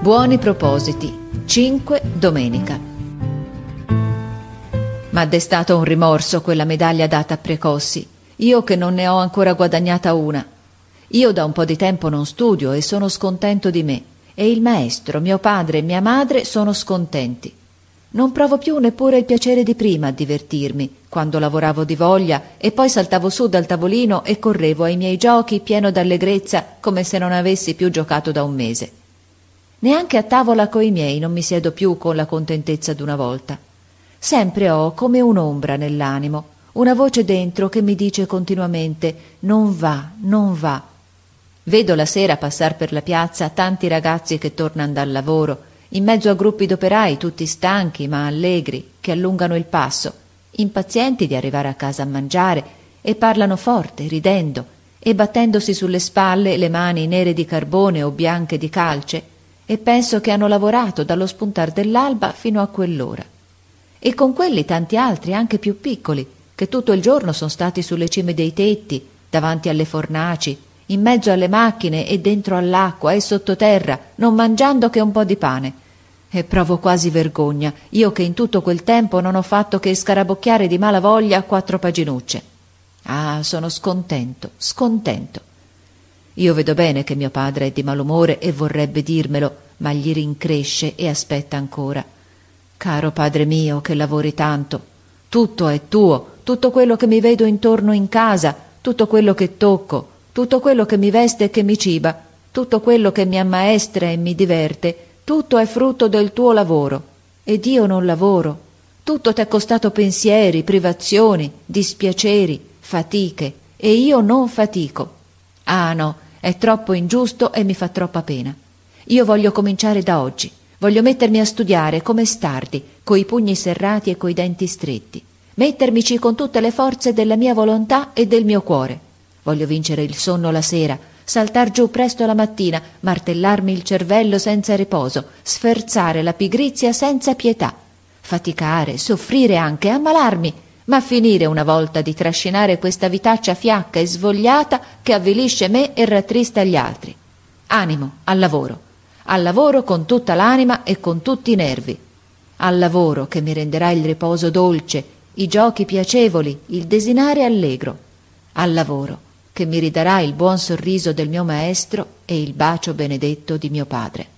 Buoni propositi, 5 domenica. M'ha destato un rimorso quella medaglia data a Precossi, io che non ne ho ancora guadagnata una. Io da un po' di tempo non studio e sono scontento di me, e il maestro, mio padre e mia madre sono scontenti. Non provo più neppure il piacere di prima a divertirmi, quando lavoravo di voglia e poi saltavo su dal tavolino e correvo ai miei giochi pieno d'allegrezza come se non avessi più giocato da un mese. Neanche a tavola coi miei non mi siedo più con la contentezza d'una volta. Sempre ho come un'ombra nell'animo, una voce dentro che mi dice continuamente «non va, non va». Vedo la sera passar per la piazza tanti ragazzi che tornan dal lavoro, in mezzo a gruppi d'operai tutti stanchi ma allegri, che allungano il passo, impazienti di arrivare a casa a mangiare, e parlano forte, ridendo, e battendosi sulle spalle le mani nere di carbone o bianche di calce, e penso che hanno lavorato dallo spuntar dell'alba fino a quell'ora. E con quelli tanti altri, anche più piccoli, che tutto il giorno sono stati sulle cime dei tetti, davanti alle fornaci, in mezzo alle macchine e dentro all'acqua e sottoterra, non mangiando che un po' di pane. E provo quasi vergogna, io che in tutto quel tempo non ho fatto che scarabocchiare di mala voglia 4 paginucce. Ah, sono scontento, scontento. Io vedo bene che mio padre è di malumore e vorrebbe dirmelo, ma gli rincresce e aspetta ancora. Caro padre mio, che lavori tanto, tutto è tuo, tutto quello che mi vedo intorno in casa, tutto quello che tocco, tutto quello che mi veste e che mi ciba, tutto quello che mi ammaestra e mi diverte, tutto è frutto del tuo lavoro. Ed io non lavoro. Tutto t'è costato pensieri, privazioni, dispiaceri, fatiche, e io non fatico. Ah no, è troppo ingiusto e mi fa troppa pena. Io voglio cominciare da oggi. Voglio mettermi a studiare come stardi, coi pugni serrati e coi denti stretti. Mettermici con tutte le forze della mia volontà e del mio cuore. Voglio vincere il sonno la sera, saltar giù presto la mattina, martellarmi il cervello senza riposo, sferzare la pigrizia senza pietà, faticare, soffrire anche, ammalarmi, ma finire una volta di trascinare questa vitaccia fiacca e svogliata che avvilisce me e rattrista gli altri. Animo, al lavoro con tutta l'anima e con tutti i nervi, al lavoro che mi renderà il riposo dolce, i giochi piacevoli, il desinare allegro, al lavoro che mi ridarà il buon sorriso del mio maestro e il bacio benedetto di mio padre.